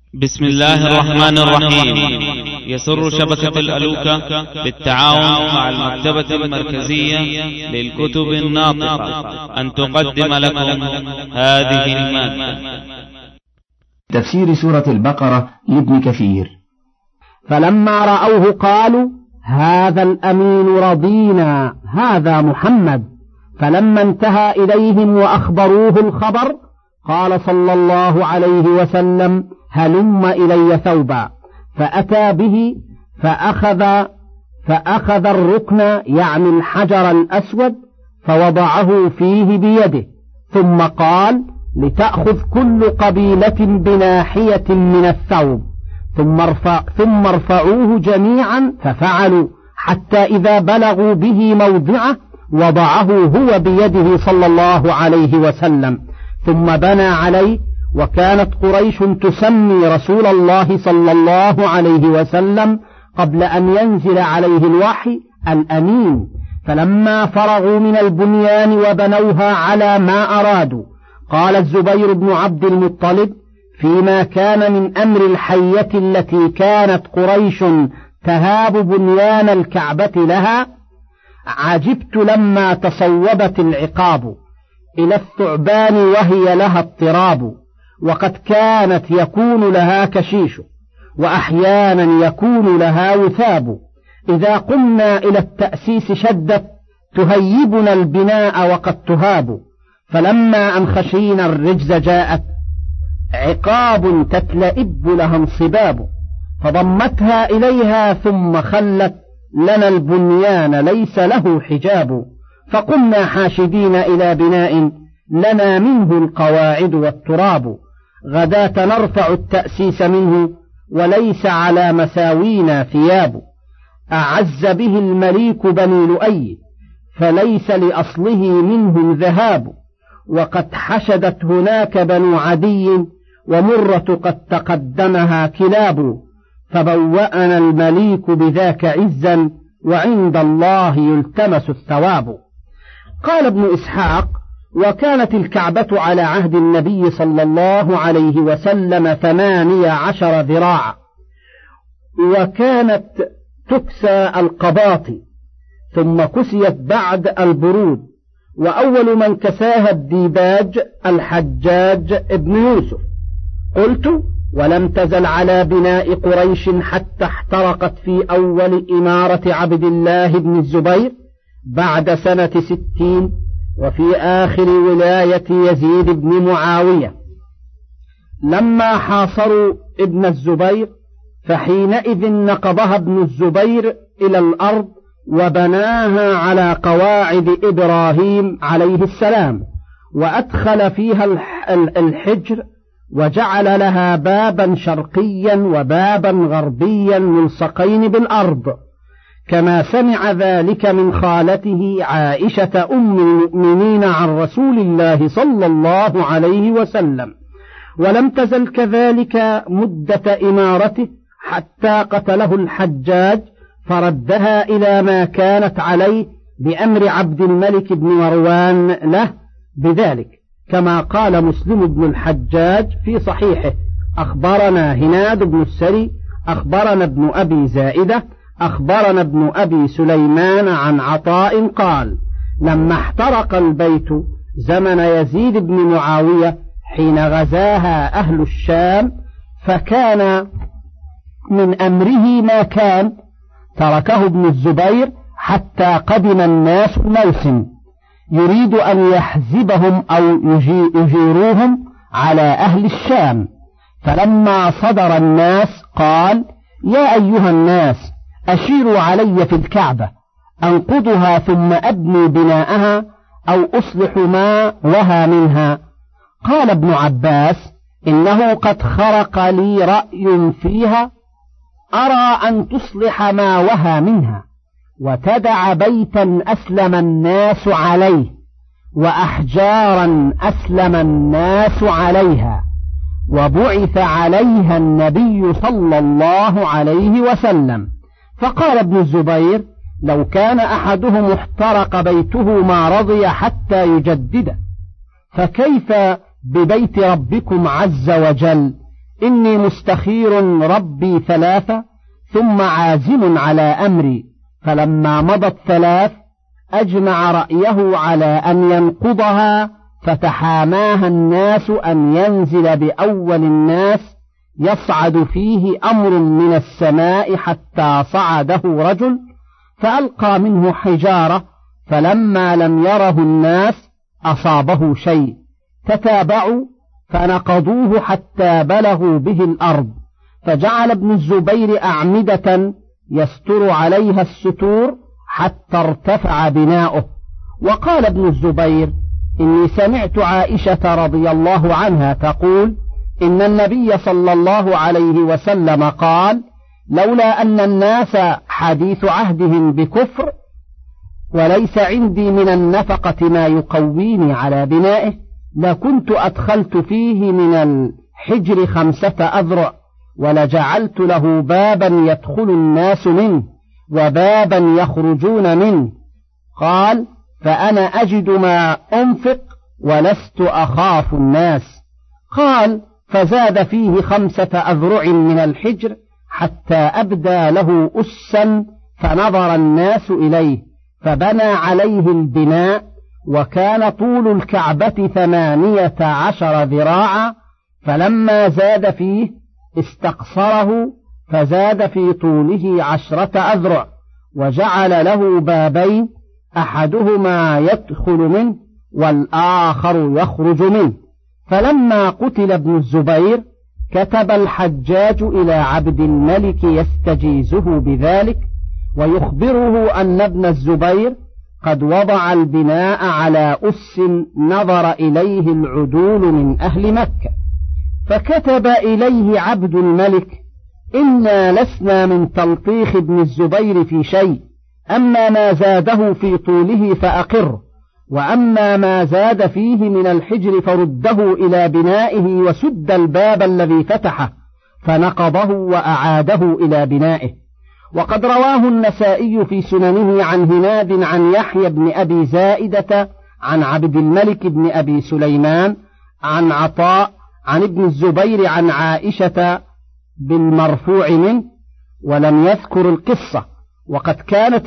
بسم الله الرحمن الرحيم. يسر شبكة الألوكة بالتعاون مع المكتبة المركزية للكتب الناطقة أن تقدم لكم هذه المادة. تفسير سورة البقرة لابن كثير. فلما رأوه قالوا هذا الأمين رضينا، هذا محمد. فلما انتهى إليهم وأخبروه الخبر قال صلى الله عليه وسلم هلم إلي ثوبا، فأتى به فأخذ الركن يعني الحجر الأسود فوضعه فيه بيده، ثم قال لتأخذ كل قبيلة بناحية من الثوب، ثم ارفعوه جميعا، ففعلوا حتى إذا بلغوا به موضعه وضعه هو بيده صلى الله عليه وسلم، ثم بنى عليه. وكانت قريش تسمي رسول الله صلى الله عليه وسلم قبل أن ينزل عليه الوحي الأمين. فلما فرغوا من البنيان وبنوها على ما أرادوا قال الزبير بن عبد المطلب فيما كان من أمر الحية التي كانت قريش تهاب بنيان الكعبة لها: عجبت لما تصوبت العقاب إلى الثعبان وهي لها اضطراب، وقد كانت يكون لها كشيش وأحيانا يكون لها وثاب، إذا قمنا إلى التأسيس شدت تهيبنا البناء وقد تهاب، فلما أن خشينا الرجز جاءت عقاب تتلئب لها انصباب، فضمتها إليها ثم خلت لنا البنيان ليس له حجاب، فقمنا حاشدين إلى بناء لنا منه القواعد والتراب، غداة نرفع التأسيس منه وليس على مساوينا ثياب، أعز به المليك بني لؤي فليس لأصله منهم ذهاب، وقد حشدت هناك بنو عدي ومرة قد تقدمها كلاب، فبوأنا المليك بذاك عزا وعند الله يلتمس الثواب. قال ابن إسحاق: وكانت الكعبة على عهد النبي صلى الله عليه وسلم 18 ذراعا، وكانت تكسى القباطي ثم كسيت بعد البرود، وأول من كساها الديباج الحجاج ابن يوسف. قلت: ولم تزل على بناء قريش حتى احترقت في أول إمارة عبد الله بن الزبير بعد سنة 60، وفي آخر ولاية يزيد بن معاوية لما حاصروا ابن الزبير، فحينئذ نقضها ابن الزبير إلى الأرض وبناها على قواعد إبراهيم عليه السلام، وأدخل فيها الحجر، وجعل لها بابا شرقيا وبابا غربيا ملصقين بالأرض، كما سمع ذلك من خالته عائشة أم المؤمنين عن رسول الله صلى الله عليه وسلم. ولم تزل كذلك مدة إمارته حتى قتله الحجاج، فردها إلى ما كانت عليه بأمر عبد الملك بن مروان له بذلك، كما قال مسلم بن الحجاج في صحيحه: أخبرنا هناد بن السري أخبرنا ابن أبي زائدة أخبرنا ابن أبي سليمان عن عطاء قال: لما احترق البيت زمن يزيد بن معاوية حين غزاها أهل الشام، فكان من أمره ما كان، تركه ابن الزبير حتى قدم الناس الموسم، يريد أن يحزبهم أو يجيروهم على أهل الشام. فلما صدر الناس قال: يا أيها الناس، أشيروا علي في الكعبة أنقضها ثم أبني بناءها أو أصلح ما وهى منها. قال ابن عباس: إنه قد خرق لي رأي فيها، أرى أن تصلح ما وهى منها، وتدع بيتا أسلم الناس عليه وأحجارا أسلم الناس عليها، وبعث عليها النبي صلى الله عليه وسلم. فقال ابن الزبير: لو كان أحدهم احترق بيته ما رضي حتى يجدده، فكيف ببيت ربكم عز وجل إني مستخير ربي 3 ثم عازم على أمري. فلما مضت 3 أجمع رأيه على أن ينقضها، فتحاماها الناس أن ينزل بأول الناس يصعد فيه أمر من السماء حتى صعده رجل فألقى منه حجارة، فلما لم يره الناس أصابه شيء، تتابعوا فنقضوه حتى بلغوا به الأرض، فجعل ابن الزبير أعمدة يستر عليها الستور حتى ارتفع بناؤه. وقال ابن الزبير: إني سمعت عائشة رضي الله عنها تقول: إن النبي صلى الله عليه وسلم قال: لولا أن الناس حديث عهدهم بكفر وليس عندي من النفقة ما يقويني على بنائه لكنت أدخلت فيه من الحجر 5 أذرع، ولجعلت له بابا يدخل الناس منه وبابا يخرجون منه. قال: فأنا أجد ما أنفق ولست أخاف الناس. قال: فزاد فيه 5 أذرع من الحجر حتى أبدى له أسا، فنظر الناس إليه فبنى عليه البناء، وكان طول الكعبة 18 ذراعا، فلما زاد فيه استقصره فزاد في طوله 10 أذرع، وجعل له بابين أحدهما يدخل منه والآخر يخرج منه. فلما قتل ابن الزبير كتب الحجاج إلى عبد الملك يستجيزه بذلك ويخبره أن ابن الزبير قد وضع البناء على أس نظر إليه العدول من أهل مكة. فكتب إليه عبد الملك: إنا لسنا من تلطيخ ابن الزبير في شيء، أما ما زاده في طوله فأقر، وأما ما زاد فيه من الحجر فرده إلى بنائه وسد الباب الذي فتحه، فنقضه وأعاده إلى بنائه. وقد رواه النسائي في سننه عن هناد عن يحيى بن أبي زائدة عن عبد الملك بن أبي سليمان عن عطاء عن ابن الزبير عن عائشة بالمرفوع منه، ولم يذكر القصة. وقد كانت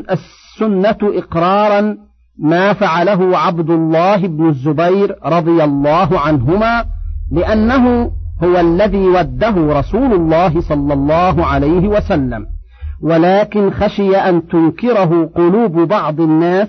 السنة إقرارا ما فعله عبد الله بن الزبير رضي الله عنهما، لأنه هو الذي وده رسول الله صلى الله عليه وسلم، ولكن خشي أن تنكره قلوب بعض الناس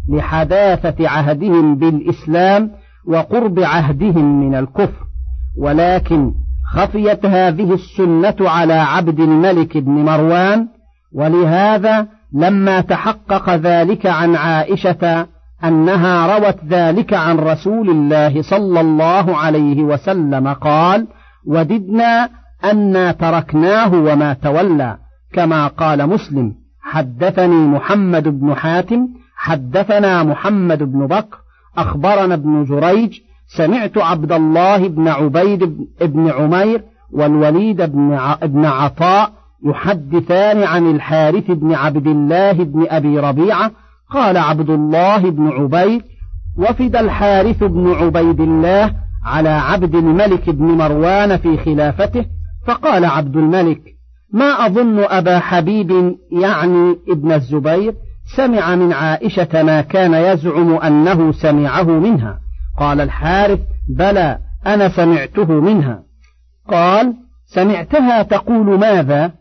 لحداثة عهدهم بالإسلام وقرب عهدهم من الكفر. ولكن خفيت هذه السنة على عبد الملك بن مروان، ولهذا لما تحقق ذلك عن عائشة أنها روت ذلك عن رسول الله صلى الله عليه وسلم قال: وددنا أنا تركناه وما تولى، كما قال مسلم: حدثني محمد بن حاتم حدثنا محمد بن بكر أخبرنا ابن جريج سمعت عبد الله بن عبيد بن عمير والوليد بن عطاء يحدثان عن الحارث بن عبد الله بن أبي ربيعة قال عبد الله بن عبيد: وفد الحارث بن عبيد الله على عبد الملك بن مروان في خلافته، فقال عبد الملك: ما أظن أبا حبيب يعني ابن الزبير سمع من عائشة ما كان يزعم أنه سمعه منها. قال الحارث: بلى، أنا سمعته منها. قال: سمعتها تقول ماذا؟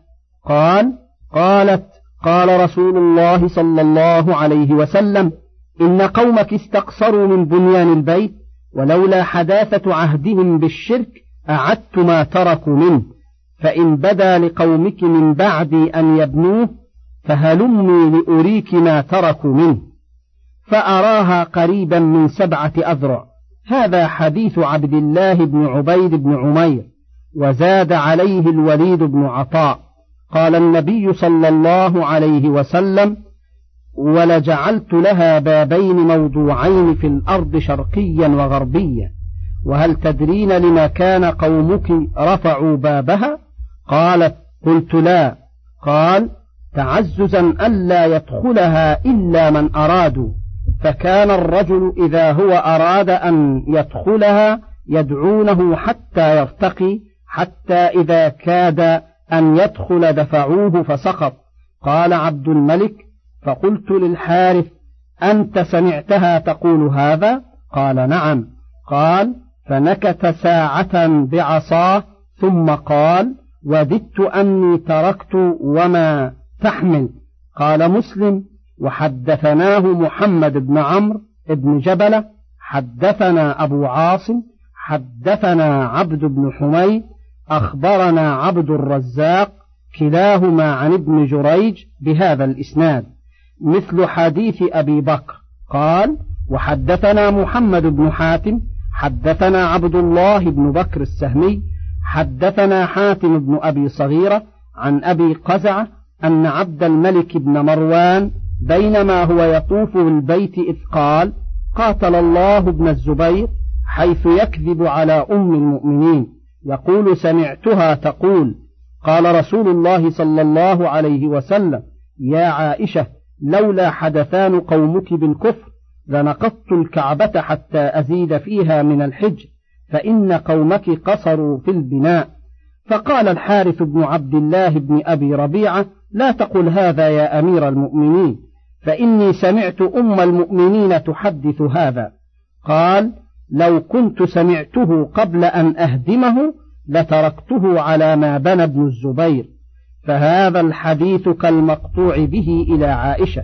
قالت: قال رسول الله صلى الله عليه وسلم: إن قومك استقصروا من بنيان البيت، ولولا حداثة عهدهم بالشرك أعدت ما تركوا منه، فإن بدا لقومك من بعدي أن يبنوه فهلمي لأريك ما تركوا منه، فأراها قريبا من 7 أذرع. هذا حديث عبد الله بن عبيد بن عمير. وزاد عليه الوليد بن عطاء قال النبي صلى الله عليه وسلم: ولجعلت لها بابين موضوعين في الأرض شرقيا وغربيا، وهل تدرين لما كان قومك رفعوا بابها؟ قالت: قلت لا. قال: تعززا ألا يدخلها إلا من أرادوا، فكان الرجل إذا هو أراد أن يدخلها يدعونه حتى يرتقي، حتى إذا كاد أن يدخل دفعوه فسقط. قال عبد الملك: فقلت للحارث: أنت سمعتها تقول هذا؟ قال: نعم. قال: فنكت ساعة بعصاه ثم قال: وددت أني تركت وما تحمل. قال مسلم: وحدثناه محمد بن عمرو بن جبلة حدثنا أبو عاصم حدثنا عبد بن حميد أخبرنا عبد الرزاق كلاهما عن ابن جريج بهذا الإسناد مثل حديث أبي بكر. قال: وحدثنا محمد بن حاتم حدثنا عبد الله بن بكر السهمي حدثنا حاتم بن أبي صغيرة عن أبي قزعة أن عبد الملك بن مروان بينما هو يطوف بالبيت إذ قال: قاتل الله ابن الزبير، حيث يكذب على أم المؤمنين يقول: سمعتها تقول. قال رسول الله صلى الله عليه وسلم: يا عائشة، لولا حدثان قومك بالكفر لنقضت الكعبة حتى أزيد فيها من الحجر، فإن قومك قصروا في البناء. فقال الحارث بن عبد الله بن أبي ربيعة: لا تقل هذا يا أمير المؤمنين، فإني سمعت أم المؤمنين تحدث هذا. قال: لو كنت سمعته قبل أن أهدمه لتركته على ما بنى ابن الزبير. فهذا الحديث كالمقطوع به إلى عائشة،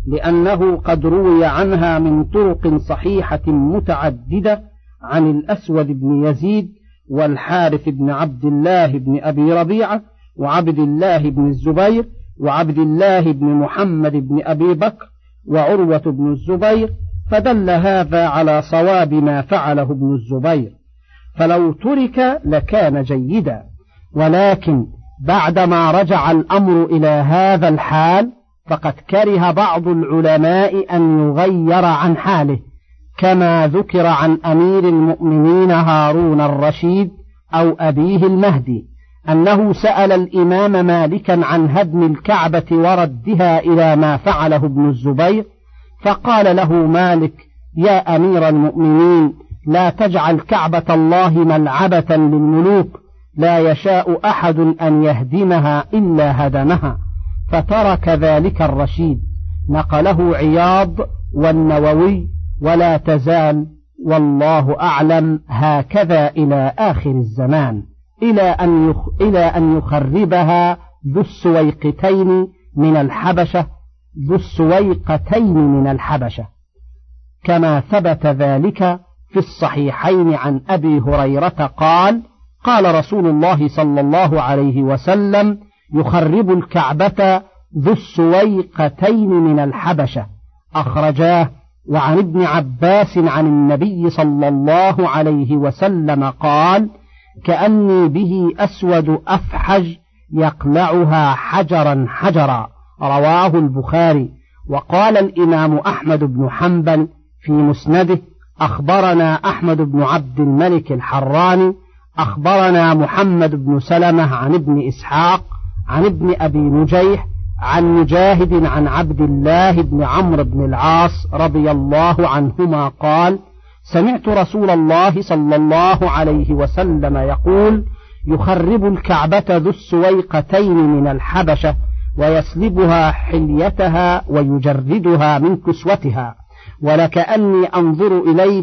لأنه قد روي عنها من طرق صحيحة متعددة عن الأسود بن يزيد والحارث بن عبد الله بن أبي ربيعة وعبد الله بن الزبير وعبد الله بن محمد بن أبي بكر وعروة بن الزبير، فدل هذا على صواب ما فعله ابن الزبير، فلو ترك لكان جيدا. ولكن بعدما رجع الأمر إلى هذا الحال فقد كره بعض العلماء أن يغير عن حاله، كما ذكر عن أمير المؤمنين هارون الرشيد أو أبيه المهدي أنه سأل الإمام مالكا عن هدم الكعبة وردها إلى ما فعله ابن الزبير، فقال له مالك: يا أمير المؤمنين، لا تجعل كعبة الله ملعبة للملوك، لا يشاء أحد أن يهدمها إلا هدمها. فترك ذلك الرشيد. نقله عياض والنووي. ولا تزال والله أعلم هكذا إلى آخر الزمان، إلى أن يخربها ذو السويقتين من الحبشة، كما ثبت ذلك في الصحيحين عن أبي هريرة قال: قال رسول الله صلى الله عليه وسلم: يخرب الكعبة ذو السويقتين من الحبشة. أخرجاه. وعن ابن عباس عن النبي صلى الله عليه وسلم قال: كأني به أسود أفحج يقلعها حجرا حجرا. رواه البخاري. وقال الإمام أحمد بن حنبل في مسنده: أخبرنا أحمد بن عبد الملك الحراني أخبرنا محمد بن سلمة عن ابن إسحاق عن ابن أبي نجيح عن مجاهد عن عبد الله بن عمرو بن العاص رضي الله عنهما قال: سمعت رسول الله صلى الله عليه وسلم يقول: يخرب الكعبة ذو السويقتين من الحبشة ويسلبها حليتها ويجردها من كسوتها، ولكأني أنظر إليه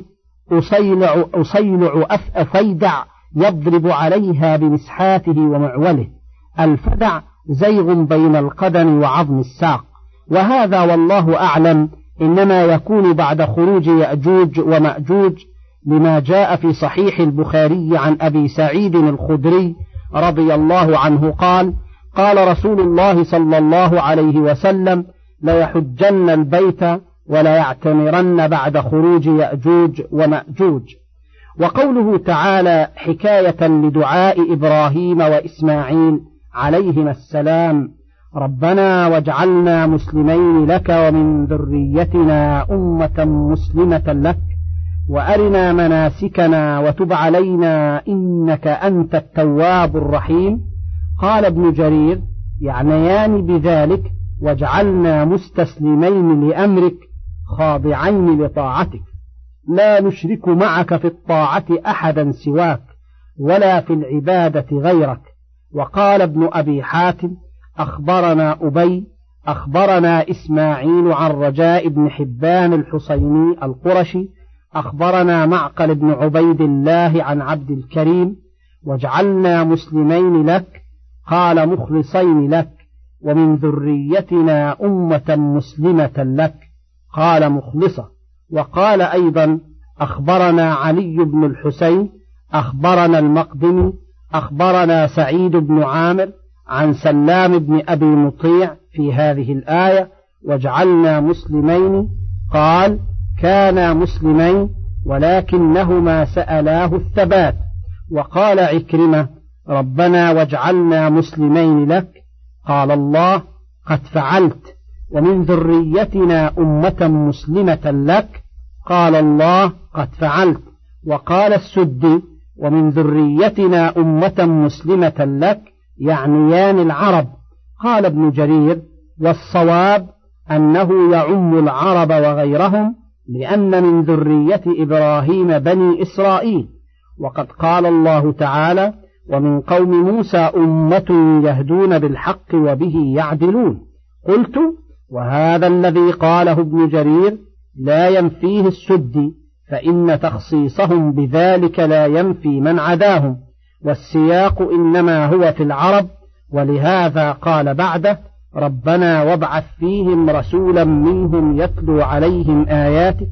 أصيلع أفيدع يضرب عليها بمسحاته ومعوله. الفدع زيغ بين القدم وعظم الساق. وهذا والله أعلم إنما يكون بعد خروج يأجوج ومأجوج، لما جاء في صحيح البخاري عن أبي سعيد الخدري رضي الله عنه قال: قال رسول الله صلى الله عليه وسلم: ليحجن البيت ولا يعتمرن بعد خروج يأجوج ومأجوج. وقوله تعالى حكاية لدعاء إبراهيم وإسماعيل عليهما السلام: ربنا واجعلنا مسلمين لك ومن ذريتنا أمة مسلمة لك وأرنا مناسكنا وتب علينا إنك أنت التواب الرحيم. قال ابن جرير: يعنيان بذلك واجعلنا مستسلمين لأمرك خاضعين لطاعتك، لا نشرك معك في الطاعة أحدا سواك، ولا في العبادة غيرك. وقال ابن أبي حاتم أخبرنا أبي أخبرنا إسماعيل عن رجاء بن حبان الحسيني القرشي أخبرنا معقل بن عبيد الله عن عبد الكريم واجعلنا مسلمين لك قال مخلصين لك ومن ذريتنا أمة مسلمة لك قال مخلصة. وقال أيضا أخبرنا علي بن الحسين أخبرنا المقدمي أخبرنا سعيد بن عامر عن سلام بن أبي مطيع في هذه الآية واجعلنا مسلمين قال كانا مسلمين ولكنهما سألاه الثبات. وقال عكرمة ربنا واجعلنا مسلمين لك قال الله قد فعلت ومن ذريتنا أمة مسلمة لك قال الله قد فعلت. وقال السدي ومن ذريتنا أمة مسلمة لك يعنيان العرب. قال ابن جرير والصواب أنه يعم العرب وغيرهم لأن من ذرية إبراهيم بني إسرائيل. وقد قال الله تعالى ومن قوم موسى أمة يهدون بالحق وبه يعدلون. قلت وهذا الذي قاله ابن جرير لا ينفيه السدي فإن تخصيصهم بذلك لا ينفي من عداهم والسياق إنما هو في العرب. ولهذا قال بعده ربنا وابعث فيهم رسولا منهم يتلو عليهم آياتك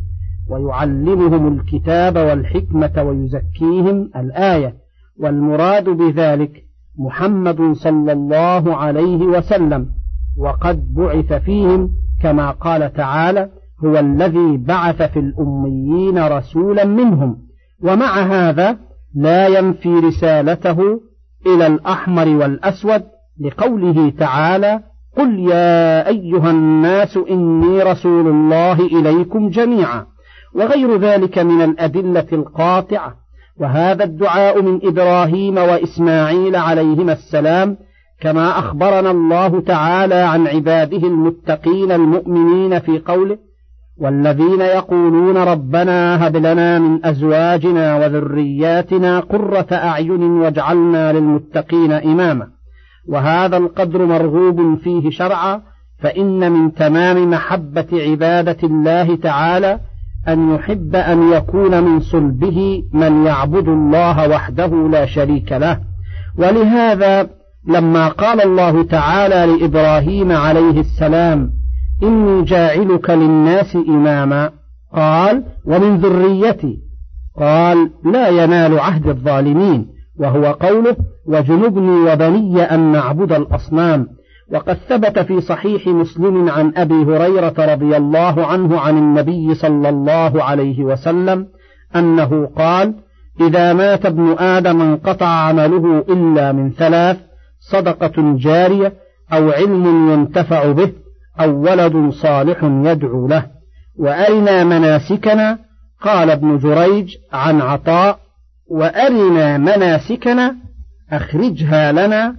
ويعلمهم الكتاب والحكمة ويزكيهم الآية. والمراد بذلك محمد صلى الله عليه وسلم وقد بعث فيهم كما قال تعالى هو الذي بعث في الأميين رسولا منهم. ومع هذا لا ينفي رسالته إلى الأحمر والأسود لقوله تعالى قل يا أيها الناس إني رسول الله إليكم جميعا وغير ذلك من الأدلة القاطعة. وهذا الدعاء من إبراهيم وإسماعيل عليهما السلام كما أخبرنا الله تعالى عن عباده المتقين المؤمنين في قوله والذين يقولون ربنا هب لنا من أزواجنا وذرياتنا قرة أعين واجعلنا للمتقين إماما. وهذا القدر مرغوب فيه شرعا فإن من تمام محبة عبادة الله تعالى أن يحب أن يكون من صلبه من يعبد الله وحده لا شريك له. ولهذا لما قال الله تعالى لإبراهيم عليه السلام إني جاعلك للناس إماما قال ومن ذريتي قال لا ينال عهد الظالمين وهو قوله وجنبني وبني أن نعبد الأصنام. وقد ثبت في صحيح مسلم عن أبي هريرة رضي الله عنه عن النبي صلى الله عليه وسلم أنه قال إذا مات ابن آدم انقطع عمله إلا من ثلاث صدقة جارية أو علم ينتفع به أو ولد صالح يدعو له. وأرنا مناسكنا قال ابن جريج عن عطاء وأرنا مناسكنا أخرجها لنا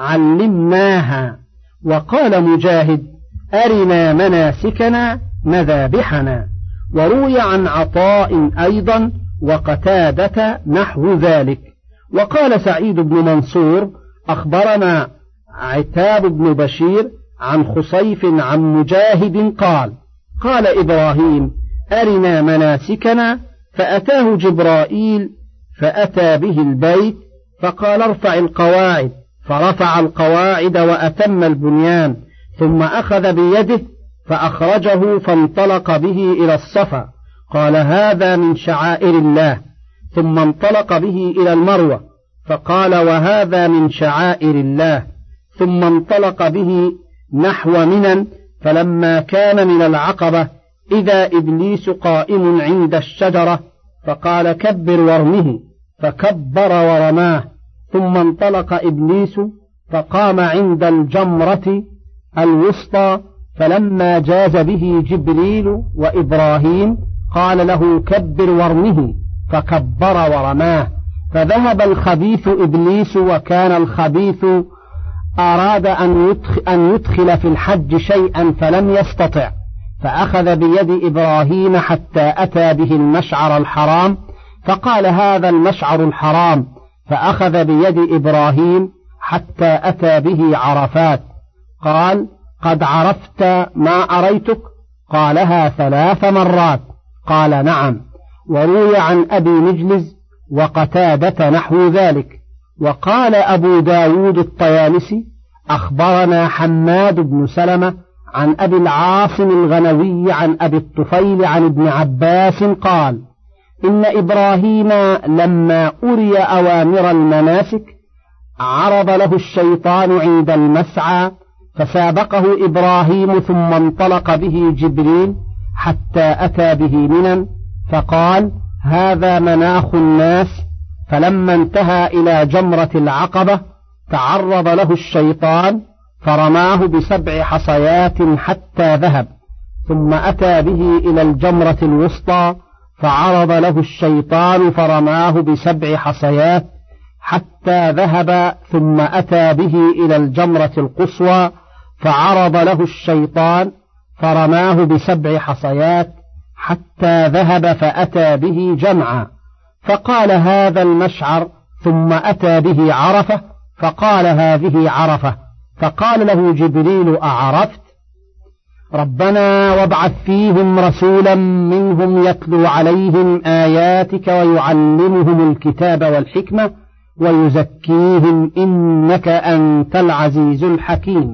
علمناها. وقال مجاهد أرنا مناسكنا مذابحنا. وروي عن عطاء أيضا وقتادة نحو ذلك. وقال سعيد بن منصور أخبرنا عتاب بن بشير عن خصيف عن مجاهد قال قال إبراهيم أرنا مناسكنا فأتاه جبرائيل فأتى به البيت فقال ارفع القواعد فرفع القواعد وأتم البنيان ثم أخذ بيده فأخرجه فانطلق به إلى الصفا قال هذا من شعائر الله ثم انطلق به إلى المروة فقال وهذا من شعائر الله ثم انطلق به نحو منى فلما كان من العقبة إذا إبليس قائم عند الشجرة فقال كبر وارمه فكبر ورماه ثم انطلق إبليس فقام عند الجمرة الوسطى فلما جاز به جبريل وإبراهيم قال له كبر وارمه فكبر ورماه فذهب الخبيث إبليس وكان الخبيث أراد أن يدخل في الحج شيئا فلم يستطع فأخذ بيد إبراهيم حتى أتى به المشعر الحرام فقال هذا المشعر الحرام فأخذ بيد إبراهيم حتى أتى به عرفات. قال: قد عرفت ما أريتك؟ قالها 3 مرات. قال: نعم. وروي عن أبي مجلز وقتادة نحو ذلك. وقال أبو داود الطيالسي: أخبرنا حماد بن سلمة عن أبي العاصم الغنوي عن أبي الطفيل عن ابن عباس قال: إن إبراهيم لما أري أوامر المناسك عرض له الشيطان عند المسعى، فسابقه إبراهيم ثم انطلق به جبريل حتى أتى به منى، فقال: هذا مناخ الناس. فلما انتهى إلى جمرة العقبة تعرض له الشيطان فرماه ب7 حصيات حتى ذهب، ثم أتى به إلى الجمرة الوسطى فعرض له الشيطان فرماه ب7 حصيات حتى ذهب، ثم أتى به إلى الجمرة القصوى فعرض له الشيطان فرماه ب7 حصيات حتى ذهب، فأتى به جمعا، فقال: هذا المشعر. ثم أتى به عرفة فقال: هذه عرفة. فقال له جبريل: أعرفت؟ ربنا وابعث فيهم رسولا منهم يتلو عليهم آياتك ويعلمهم الكتاب والحكمة ويزكيهم إنك أنت العزيز الحكيم.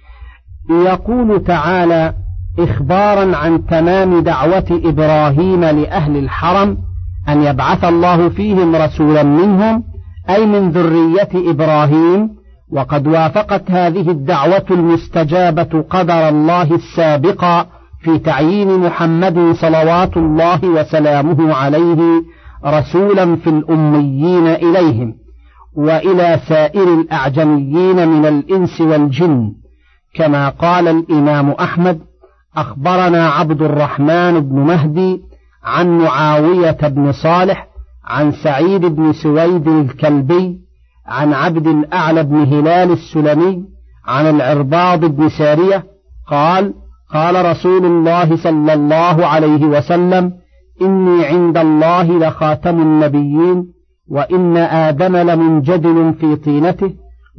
يقول تعالى إخبارا عن تمام دعوة إبراهيم لأهل الحرم أن يبعث الله فيهم رسولا منهم، أي من ذرية إبراهيم. وقد وافقت هذه الدعوة المستجابة قدر الله السابق في تعيين محمد صلوات الله وسلامه عليه رسولا في الأميين إليهم وإلى سائر الأعجميين من الإنس والجن، كما قال الإمام أحمد: أخبرنا عبد الرحمن بن مهدي عن معاوية بن صالح عن سعيد بن سويد الكلبي عن عبد الأعلى بن هلال السلمي عن العرباض بن سارية قال: قال رسول الله صلى الله عليه وسلم: إني عند الله لخاتم النبيين، وإن آدم لمنجدل في طينته،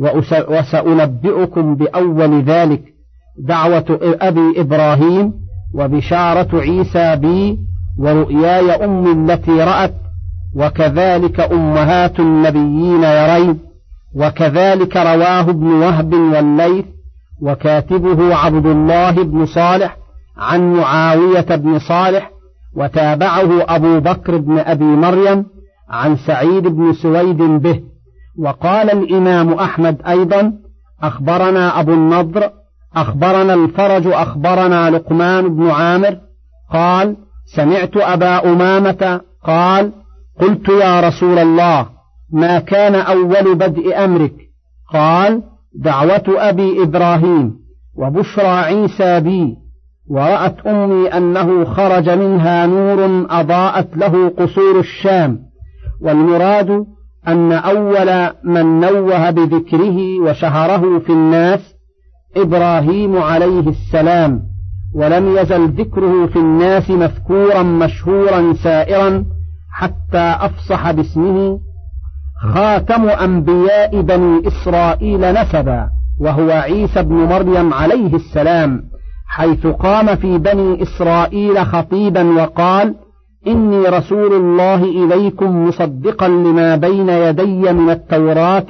وسأنبئكم بأول ذلك دعوة أبي إبراهيم، وبشارة عيسى بي، ورؤياي أمي التي رأت، وكذلك أمهات النبيين يرين. وكذلك رواه ابن وهب والليث، وكاتبه عبد الله بن صالح عن معاوية بن صالح، وتابعه أبو بكر بن أبي مريم عن سعيد بن سويد به. وقال الإمام أحمد أيضا: أخبرنا أبو النضر أخبرنا الفرج أخبرنا لقمان بن عامر قال: سمعت أبا أمامة قال: قلت يا رسول الله، ما كان أول بدء أمرك؟ قال: دعوة أبي إبراهيم، وبشرى عيسى بي، ورأت أمي أنه خرج منها نور أضاءت له قصور الشام. والمراد أن أول من نوه بذكره وشهره في الناس إبراهيم عليه السلام، ولم يزل ذكره في الناس مذكورا مشهورا سائرا حتى أفصح باسمه خاتم أنبياء بني إسرائيل نسبا، وهو عيسى بن مريم عليه السلام، حيث قام في بني إسرائيل خطيبا وقال: إني رسول الله إليكم مصدقا لما بين يدي من التوراة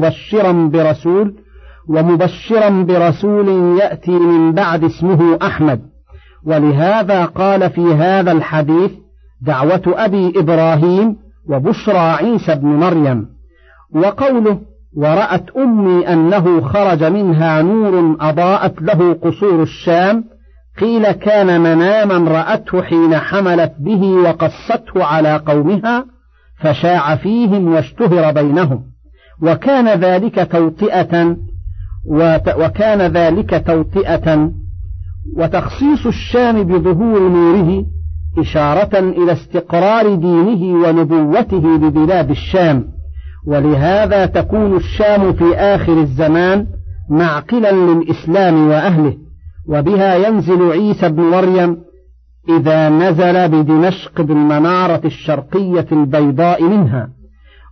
ومبشرا برسول يأتي من بعد اسمه أحمد. ولهذا قال في هذا الحديث: دعوة أبي إبراهيم وبشرى عيسى بن مريم. وقوله: ورأت أمي أنه خرج منها نور أضاءت له قصور الشام، قيل كان مناما رأته حين حملت به وقصته على قومها فشاع فيهم واشتهر بينهم، وكان ذلك توطئة وتخصيص الشام بظهور نوره إشارة إلى استقرار دينه ونبوته ببلاد الشام. ولهذا تكون الشام في آخر الزمان معقلا للإسلام وأهله، وبها ينزل عيسى بن مريم إذا نزل بدمشق بالمنارة الشرقية البيضاء منها.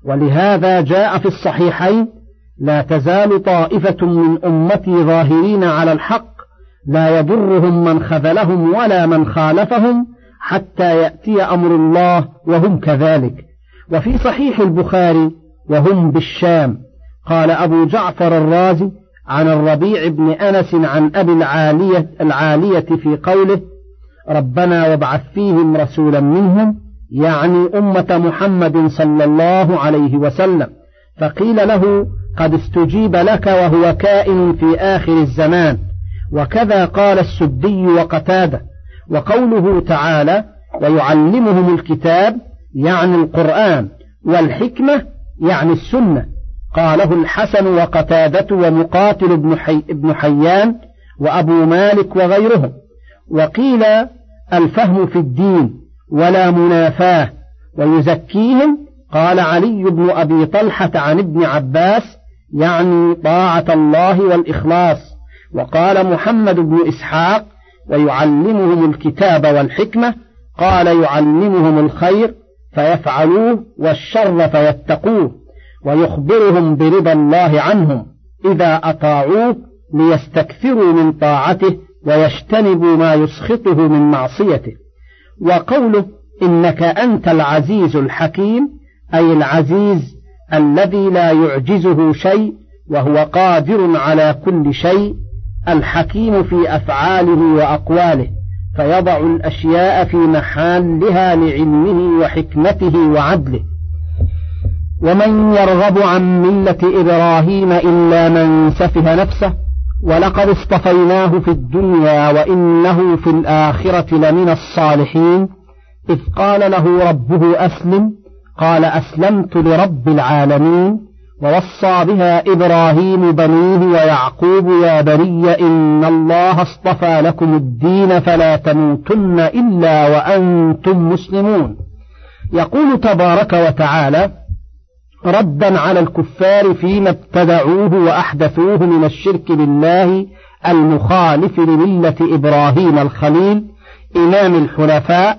ولهذا جاء في الصحيحين: لا تزال طائفة من أمتي ظاهرين على الحق لا يضرهم من خذلهم ولا من خالفهم حتى يأتي أمر الله وهم كذلك. وفي صحيح البخاري: وهم بالشام. قال أبو جعفر الرازي عن الربيع بن أنس عن أبي العالية في قوله: ربنا وابعث فيهم رسولا منهم، يعني أمة محمد صلى الله عليه وسلم. فقيل له: قد استجيب لك وهو كائن في آخر الزمان. وكذا قال السدي وقتادة. وقوله تعالى: ويعلمهم الكتاب، يعني القرآن، والحكمة، يعني السنة. قاله الحسن وقتادة ومقاتل ابن حيان وأبو مالك وغيرهم. وقيل: الفهم في الدين ولا منافاه. ويزكيهم، قال علي بن أبي طلحة عن ابن عباس: يعني طاعة الله والإخلاص. وقال محمد بن إسحاق: ويعلمهم الكتاب والحكمة، قال يعلمهم الخير فيفعلوه والشر فيتقوه، ويخبرهم برضا الله عنهم إذا أطاعوه ليستكثروا من طاعته ويجتنبوا ما يسخطه من معصيته. وقوله: إنك أنت العزيز الحكيم، أي العزيز الذي لا يعجزه شيء وهو قادر على كل شيء، الحكيم في أفعاله وأقواله، فيضع الأشياء في محلها لعلمه وحكمته وعدله. ومن يرغب عن ملة إبراهيم إلا من سفه نفسه ولقد اصطفيناه في الدنيا وإنه في الآخرة لمن الصالحين. إذ قال له ربه أسلم، قال أسلمت لرب العالمين. ووصى بها إبراهيم بنيه ويعقوب: يا بني إن الله اصطفى لكم الدين فلا تموتن إلا وأنتم مسلمون. يقول تبارك وتعالى ردا على الكفار فيما ابتدعوه وأحدثوه من الشرك بالله المخالف لملة إبراهيم الخليل إمام الحنفاء،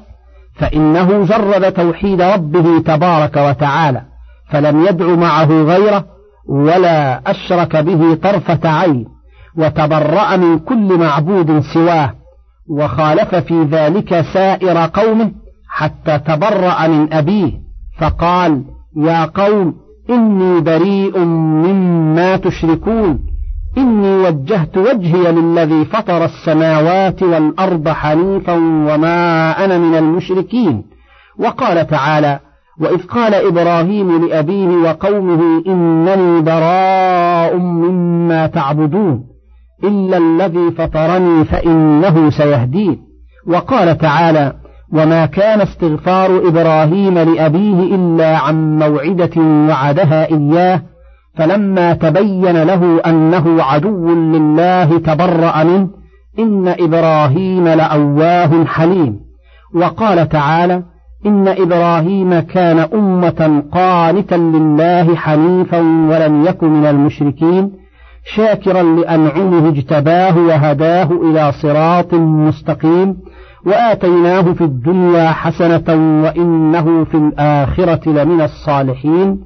فإنه جرد توحيد ربه تبارك وتعالى، فلم يدع معه غيره ولا أشرك به طرفة عين، وتبرأ من كل معبود سواه، وخالف في ذلك سائر قومه حتى تبرأ من أبيه، فقال: يا قوم إني بريء مما تشركون، إني وجهت وجهي للذي فطر السماوات والأرض حنيفا وما أنا من المشركين. وقال تعالى: وإذ قال إبراهيم لأبيه وقومه إنني براء مما تعبدون إلا الذي فطرني فإنه سيهدين. وقال تعالى: وما كان استغفار إبراهيم لأبيه إلا عن موعدة وعدها إياه فلما تبين له أنه عدو لله تبرأ منه إن إبراهيم لأواه حليم. وقال تعالى: إن إبراهيم كان أمة قانتا لله حنيفا ولم يكن من المشركين شاكرا لأنعمه اجتباه وهداه إلى صراط مستقيم وآتيناه في الدنيا حسنة وإنه في الآخرة لمن الصالحين.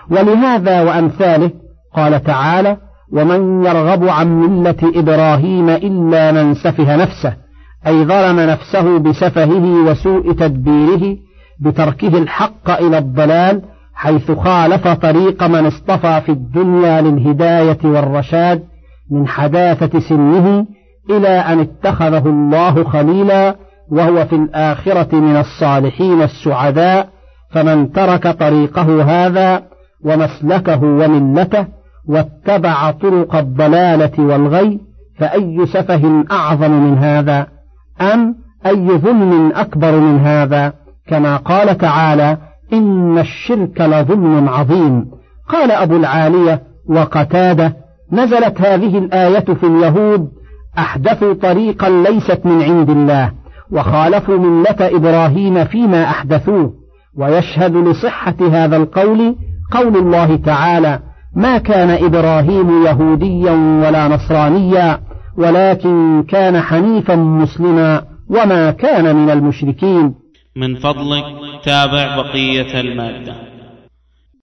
ولهذا وأمثاله قال تعالى: ومن يرغب عن ملة إبراهيم إلا من سفه نفسه، أي ظلم نفسه بسفهه وسوء تدبيره بتركه الحق إلى الضلال، حيث خالف طريق من اصطفى في الدنيا للهداية والرشاد من حداثة سنه إلى أن اتخذه الله خليلا وهو في الآخرة من الصالحين السعداء. فمن ترك طريقه هذا ومسلكه وملته واتبع طرق الضلالة والغي فأي سفه أعظم من هذا، أم أي ظلم أكبر من هذا؟ كما قال تعالى: إن الشرك لظلم عظيم. قال أبو العالية وقتادة: نزلت هذه الآية في اليهود أحدثوا طريقا ليست من عند الله وخالفوا ملة إبراهيم فيما أحدثوه. ويشهد لصحة هذا القول قول الله تعالى: ما كان إبراهيم يهوديا ولا نصرانيا ولكن كان حنيفا مسلما وما كان من المشركين. من فضلك تابع بقية المادة.